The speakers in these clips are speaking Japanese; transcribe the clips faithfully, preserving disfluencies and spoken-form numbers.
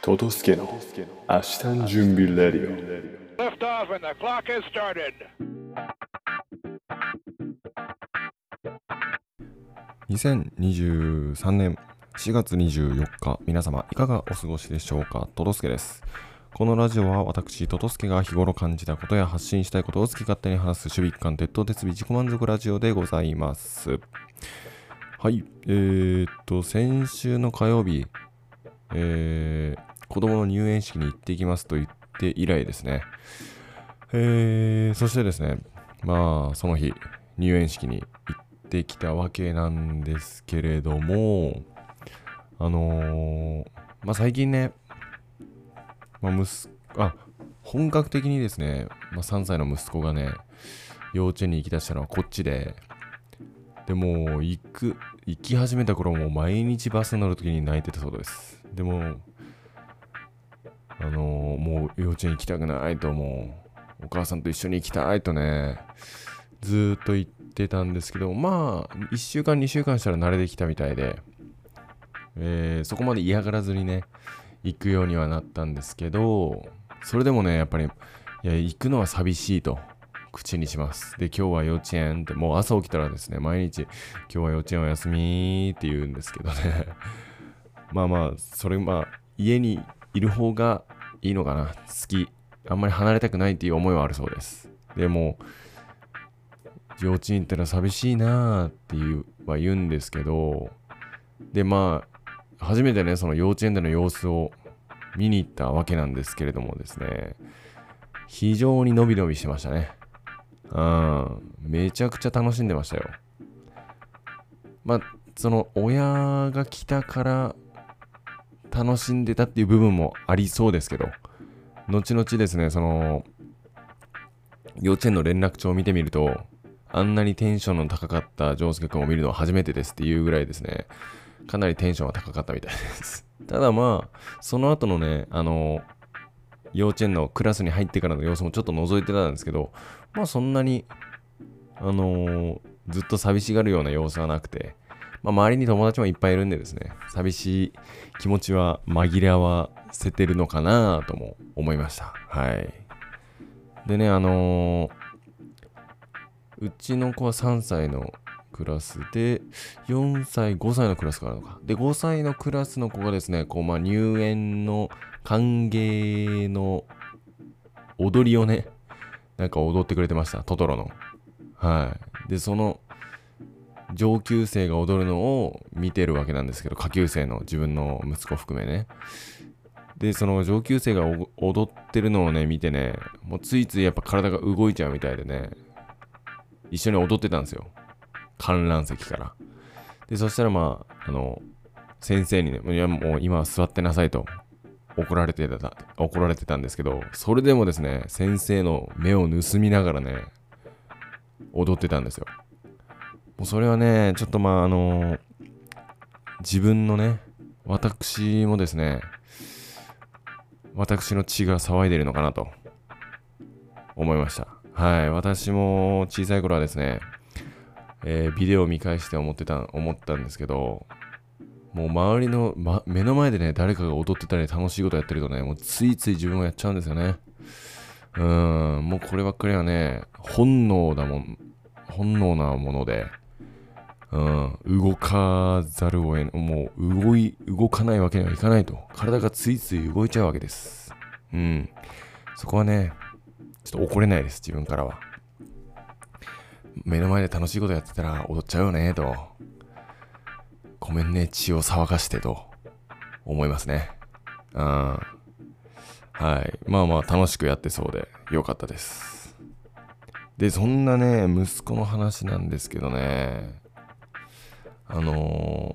トトスケの明日の準備レディオ。 Lift off and the clock has started. にせんにじゅうさんねんしがつにじゅうよっか、皆様いかがお過ごしでしょうか。トトスケです。このラジオは私トトスケが日頃感じたことや発信したいことを好き勝手に話す守備一貫鉄頭鉄尾自己満足ラジオでございます。はい、えー、っと先週の火曜日、えー、子供の入園式に行ってきますと言って以来ですね。えー、そしてですね、まあその日入園式に行ってきたわけなんですけれども、あのー、まあ最近ね、まあ、息あ本格的にですね、まあ、さんさいの息子がね幼稚園に行きだしたのはこっちで、でも行く行き始めた頃も毎日バス乗るときに泣いてたそうです。でもあのー、もう幼稚園行きたくないと、もうお母さんと一緒に行きたいとねずーっと言ってたんですけど、まあいっしゅうかんにしゅうかんしたら慣れてきたみたいで、えー、そこまで嫌がらずにね行くようにはなったんですけど、それでもねやっぱりいや行くのは寂しいと口にします。で、今日は幼稚園って、もう朝起きたらですね毎日今日は幼稚園お休みって言うんですけどねまあまあそれまあ家にいる方がいいのかな、好き、あんまり離れたくないっていう思いはあるそうです。でも幼稚園行ったら寂しいなーっていうは言うんですけど、でまあ初めてねその幼稚園での様子を見に行ったわけなんですけれどもですね、非常にのびのびしてましたね。うん、めちゃくちゃ楽しんでましたよ。まあその親が来たから楽しんでたっていう部分もありそうですけど、後々ですねその幼稚園の連絡帳を見てみると、あんなにテンションの高かった丈介くんを見るのは初めてですっていうぐらいですね、かなりテンションは高かったみたいです。ただまあその後のねあの幼稚園のクラスに入ってからの様子もちょっと覗いてたんですけど、まあそんなにあのー、ずっと寂しがるような様子はなくて、まあ周りに友達もいっぱいいるんでですね、寂しい気持ちは紛らわせてるのかなとも思いました。はい。でね、あのー、うちの子はさんさいのクラスで、よんさい、ごさいのクラスがあるのか。で、ごさいのクラスの子がですね、こうまあ入園の歓迎の踊りをね、なんか踊ってくれてました、トトロの。はい。で、その上級生が踊るのを見てるわけなんですけど、下級生の自分の息子含めね。で、その上級生が踊ってるのをね、見てね、もうついついやっぱ体が動いちゃうみたいでね、一緒に踊ってたんですよ。観覧席から。で、そしたらまあ、あの、先生にね、いやもう今は座ってなさいと怒られてた、怒られてたんですけど、それでもですね、先生の目を盗みながらね、踊ってたんですよ。もうそれはね、ちょっとまあ、あの、自分のね、私もですね、私の血が騒いでるのかなと思いました。はい、私も小さい頃はですね、えー、ビデオを見返して思ってた思ったんですけど、もう周りの、ま、目の前でね誰かが踊ってたり楽しいことやってるとね、もうついつい自分もやっちゃうんですよね。うーん、もうこればっかりはね本能だもん、本能なもので、うん、動かざるを得ない、もう動い動かないわけにはいかないと、体がついつい動いちゃうわけです。うん、そこはねちょっと怒れないです、自分からは。目の前で楽しいことやってたら踊っちゃうよねと、ごめんね血を騒がしてと思いますね。うん、はい、まあまあ楽しくやってそうでよかったです。で、そんなね息子の話なんですけどね、あの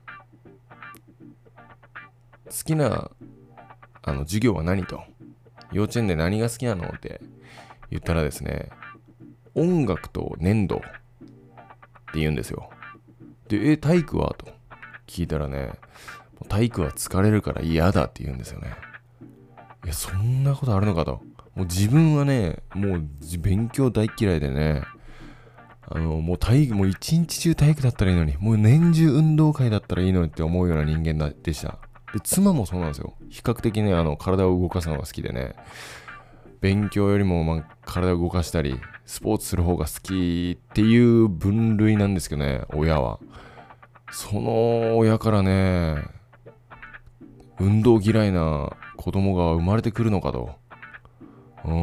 ー、好きなあの授業は何と、幼稚園で何が好きなのって言ったらですね、音楽と粘土って言うんですよ。で、え、体育はと聞いたらね、体育は疲れるから嫌だって言うんですよね。いや、そんなことあるのかと。もう自分はね、もう勉強大嫌いでね、あの、もう体育、もう一日中体育だったらいいのに、もう年中運動会だったらいいのにって思うような人間でした。 で、妻もそうなんですよ。比較的ね、あの、体を動かすのが好きでね、勉強よりも、まあ、体を動かしたり、スポーツする方が好きっていう分類なんですけどね、親は。その親からね、運動嫌いな子供が生まれてくるのかと。うん、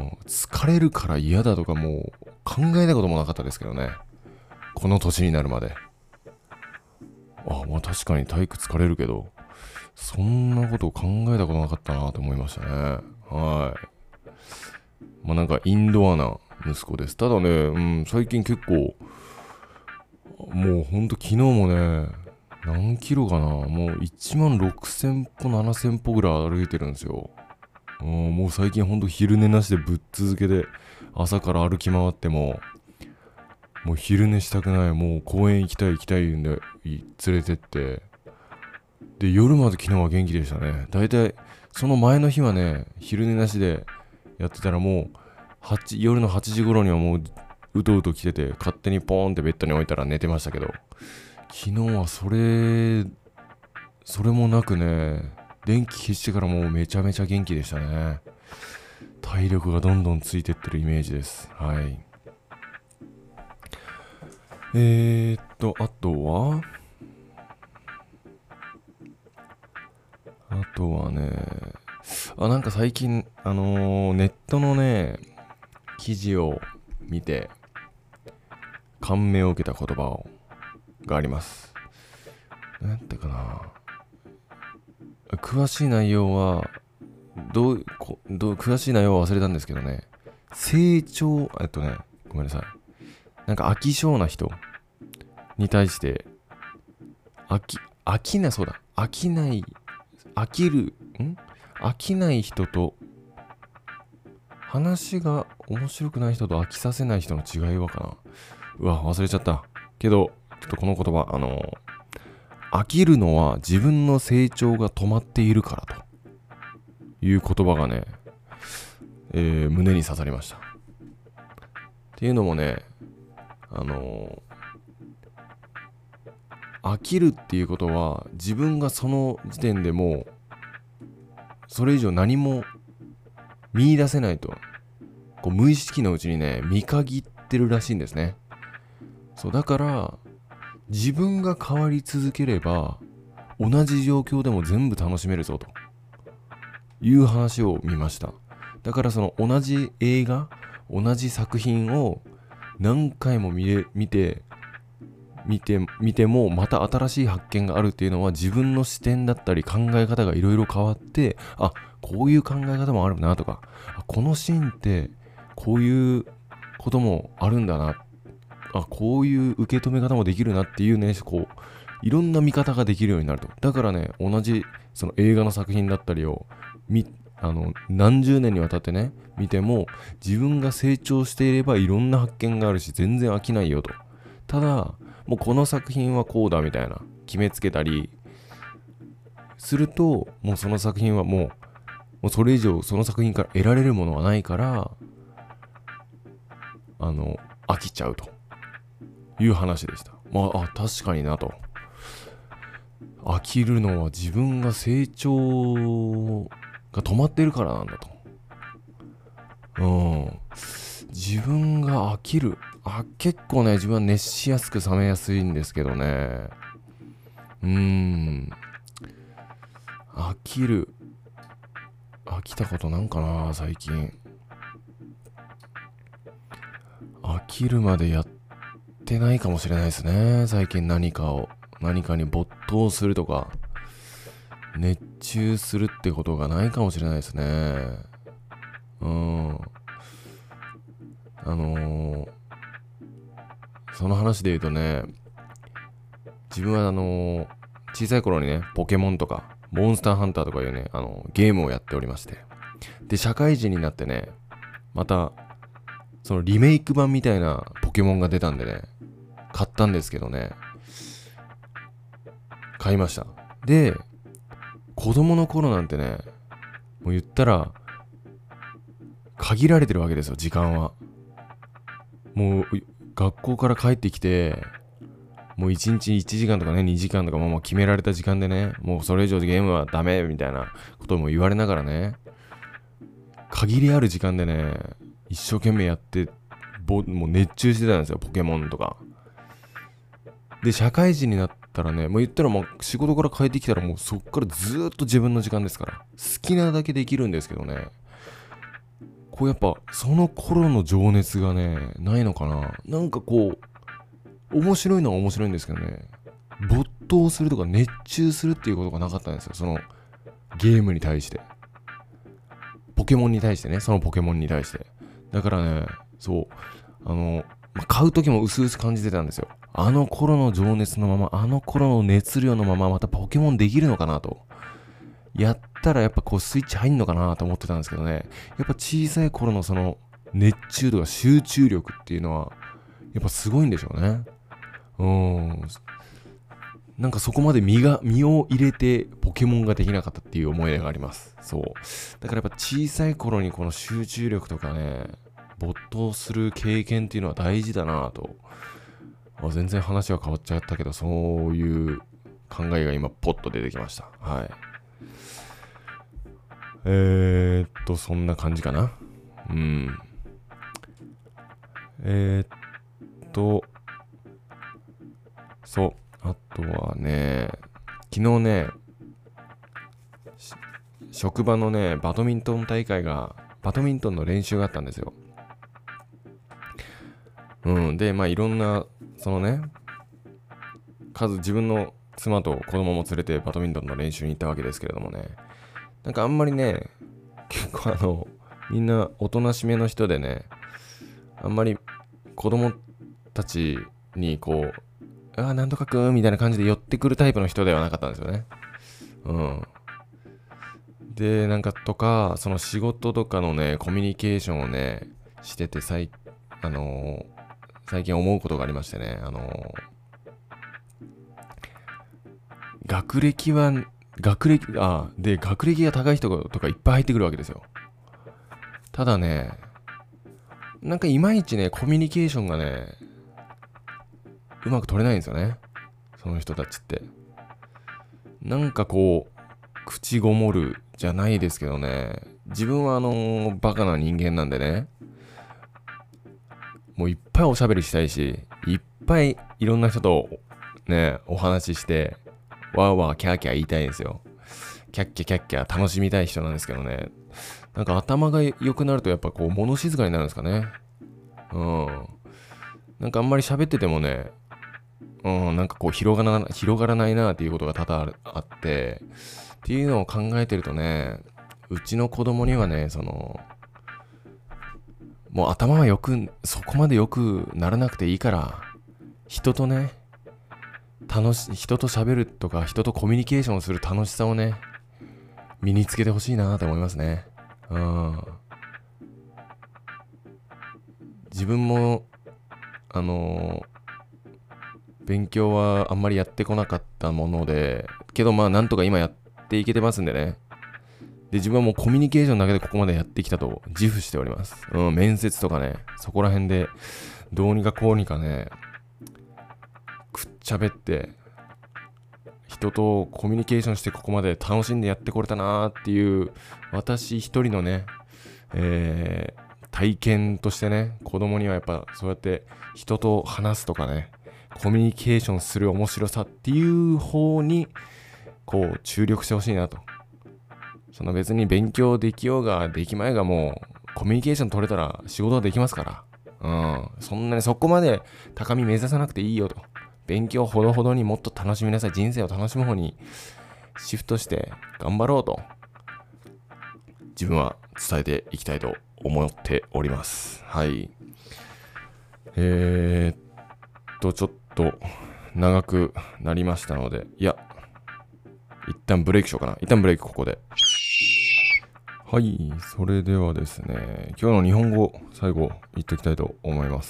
疲れるから嫌だとかもう考えたこともなかったですけどね。この年になるまで。あ、まあ確かに体育疲れるけど、そんなことを考えたことなかったなと思いましたね。はい。まあなんかインドアな息子です。ただね、うん、最近結構、もうほんと昨日もね、何キロかな、もういちまんろくせん歩、ななせん歩ぐらい歩いてるんですよ。うん、もう最近ほんと昼寝なしでぶっ続けで朝から歩き回っても、もう昼寝したくない、もう公園行きたい行きたいんで連れてって、で夜まで昨日は元気でしたね。だいたいその前の日はね、昼寝なしでやってたらもうはち夜のはちじ頃にはもううとうと来てて、勝手にポーンってベッドに置いたら寝てましたけど、昨日はそれそれもなくね、電気消してからもうめちゃめちゃ元気でしたね。体力がどんどんついてってるイメージです。はい。えーっとあとはあとはね、あ、なんか最近あのー、ネットのね記事を見て感銘を受けた言葉をがあります。なんてかな、詳しい内容はどうこどう詳しい内容は忘れたんですけどね、成長、えっとねごめんなさい、なんか飽き性な人に対して飽き飽きなそうだ飽きない飽きるん飽きない人と、話が面白くない人と飽きさせない人の違いはかな、うわ忘れちゃったけど、ちょっとこの言葉、あの飽きるのは自分の成長が止まっているからという言葉がね、えー、胸に刺さりました。っていうのもね、あのー、飽きるっていうことは自分がその時点でもうそれ以上何も見出せないと、こう無意識のうちにね見限ってるらしいんですね。そうだから自分が変わり続ければ同じ状況でも全部楽しめるぞという話を見ました。だからその同じ映画、同じ作品を何回も見れ見て見て見てもまた新しい発見があるっていうのは、自分の視点だったり考え方がいろいろ変わって、あ、こういう考え方もあるなとか、あ、このシーンってこういうこともあるんだな、あ、こういう受け止め方もできるなっていうね、こういろんな見方ができるようになると。だからね、同じその映画の作品だったりを見あの何十年にわたってね見ても、自分が成長していればいろんな発見があるし全然飽きないよと。ただもうこの作品はこうだみたいな決めつけたりすると、もうその作品はもう、もうそれ以上その作品から得られるものはないから、あの飽きちゃうという話でした。まあ、あ、確かになと。飽きるのは自分が成長が止まってるからなんだと。うん。自分が飽きる。あ、結構ね、自分は熱しやすく冷めやすいんですけどね。うーん。飽きる。飽きたことなんかな、最近。飽きるまでやってないかもしれないですね。最近何かを。何かに没頭するとか、熱中するってことがないかもしれないですね。うん。あのー、その話で言うとね、自分はあのー、小さい頃にね、ポケモンとか、モンスターハンターとかいうね、あのー、ゲームをやっておりまして。で、社会人になってね、また、そのリメイク版みたいなポケモンが出たんでね、買ったんですけどね、買いました。で、子供の頃なんてね、もう言ったら、限られてるわけですよ、時間は。もう、学校から帰ってきて、 もういちにちいちじかんとかね、にじかんとかもう決められた時間でね、もうそれ以上ゲームはダメみたいなことも言われながらね、限りある時間でね、一生懸命やって、ぼもう熱中してたんですよ、ポケモンとか。で、社会人になったらね、もう言ったらもう仕事から帰ってきたらもうそっからずーっと自分の時間ですから、好きなだけできるんですけどね、こうやっぱその頃の情熱がね、ないのかな。なんかこう、面白いのは面白いんですけどね、没頭するとか熱中するっていうことがなかったんですよ、そのゲームに対して。ポケモンに対してね、そのポケモンに対して。だからね、そう、あの、まあ、買う時も薄々感じてたんですよ。あの頃の情熱のまま、あの頃の熱量のまま、またポケモンできるのかなと。やったらやっぱこうスイッチ入んのかなと思ってたんですけどね。やっぱ小さい頃のその熱中度が集中力っていうのは、やっぱすごいんでしょうね。うーん。なんかそこまで身が、身を入れてポケモンができなかったっていう思い出があります。そう。だからやっぱ小さい頃にこの集中力とかね、没頭する経験っていうのは大事だなぁと。あ、全然話は変わっちゃったけど、そういう考えが今ポッと出てきました。はい。えー、っと、そんな感じかな。うん。えー、っと、そう。あとはね、昨日ね、職場のね、バドミントン大会が、バドミントンの練習があったんですよ。うん。で、まあいろんな、そのね、数、自分の妻と子供も連れてバドミントンの練習に行ったわけですけれどもね、なんかあんまりね、結構あの、みんなおとなしめの人でね、あんまり子供たちにこう、ああ、なんとかくんみたいな感じで寄ってくるタイプの人ではなかったんですよね。うん。で、なんかとか、その仕事とかのね、コミュニケーションをね、してて、さい、あのー、最近思うことがありましてね、あのー、学歴は、学歴、あ、で、学歴が高い人とかいっぱい入ってくるわけですよ。ただね、なんかいまいちね、コミュニケーションがね、うまく取れないんですよね。その人たちって。なんかこう、口ごもるじゃないですけどね。自分はあのー、バカな人間なんでね。もういっぱいおしゃべりしたいし、いっぱいいろんな人とね、お話しして、わーわーキャーキャー言いたいんですよ。キャッキャキャッキャ楽しみたい人なんですけどね。なんか頭が良くなるとやっぱこう物静かになるんですかね。うん。なんかあんまり喋っててもね、うん、なんかこう広がらな、広がらないなっていうことが多々あって、っていうのを考えてるとね、うちの子供にはね、その、もう頭はよく、そこまでよくならなくていいから、人とね、楽し、人と喋るとか、人とコミュニケーションする楽しさをね、身につけてほしいなと思いますね。うん。自分も、あのー、勉強はあんまりやってこなかったもので、けどまあなんとか今やっていけてますんでね。で、自分はもうコミュニケーションだけでここまでやってきたと自負しております。うん、面接とかね、そこら辺でどうにかこうにかね、くっちゃべって、人とコミュニケーションしてここまで楽しんでやってこれたなーっていう、私一人のね、えー、体験としてね、子供にはやっぱそうやって人と話すとかね、コミュニケーションする面白さっていう方にこう注力してほしいなと。その別に勉強できようができまいがもうコミュニケーション取れたら仕事はできますから。うん。そんなにそこまで高み目指さなくていいよと。勉強ほどほどにもっと楽しみなさい。人生を楽しむ方にシフトして頑張ろうと。自分は伝えていきたいと思っております。はい。えーっと、ちょっと長くなりましたので、いや、一旦ブレイクしようかな。一旦ブレイクここで。はい、それではですね、今日の日本語、最後言っておきたいと思います。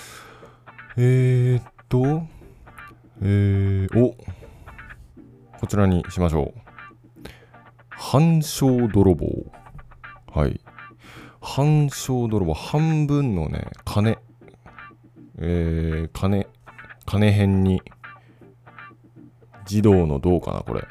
えーっと、えー、お、こちらにしましょう。半生泥棒。はい。半生泥棒、半分のね、金。えー、金。 金編に、児童の銅かな、これ。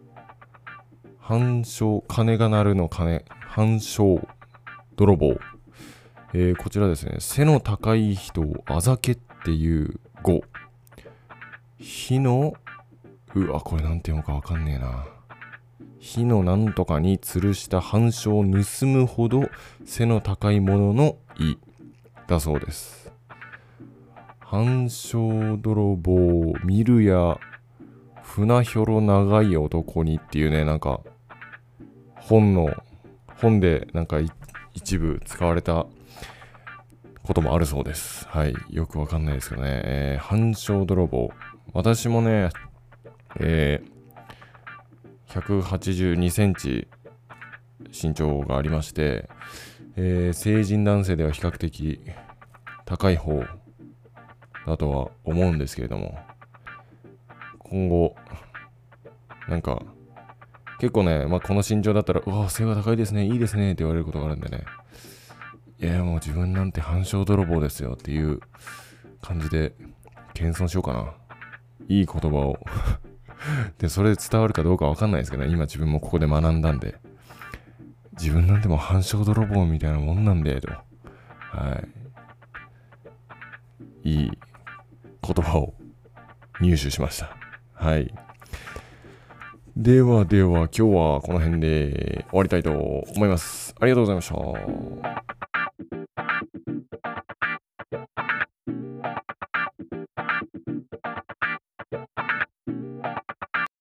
反証、金が鳴るの金、反証、泥棒。えー、こちらですね、背の高い人をあざけっていう語。火の、うわ、これなんて読むかわかんねえな。火のなんとかに吊るした反証を盗むほど背の高いものの意だそうです。反証泥棒、見るや船ひょろ長い男にっていうね、なんか本の、本でなんか一部使われたこともあるそうです。はい。よくわかんないですけどね。えー、反証泥棒。私もね、えー、ひゃくはちじゅうにセンチ身長がありまして、えー、成人男性では比較的高い方だとは思うんですけれども、今後、なんか、結構ね、まあ、この身長だったら、うわ、背が高いですね、いいですねって言われることがあるんでね、いや、もう自分なんて反証泥棒ですよっていう感じで、謙遜しようかな。いい言葉を。で、それで伝わるかどうかわかんないですけどね、今自分もここで学んだんで、自分なんてもう反証泥棒みたいなもんなんで、と。はい。いい言葉を入手しました。はい。ではでは、今日はこの辺で終わりたいと思います。ありがとうございました。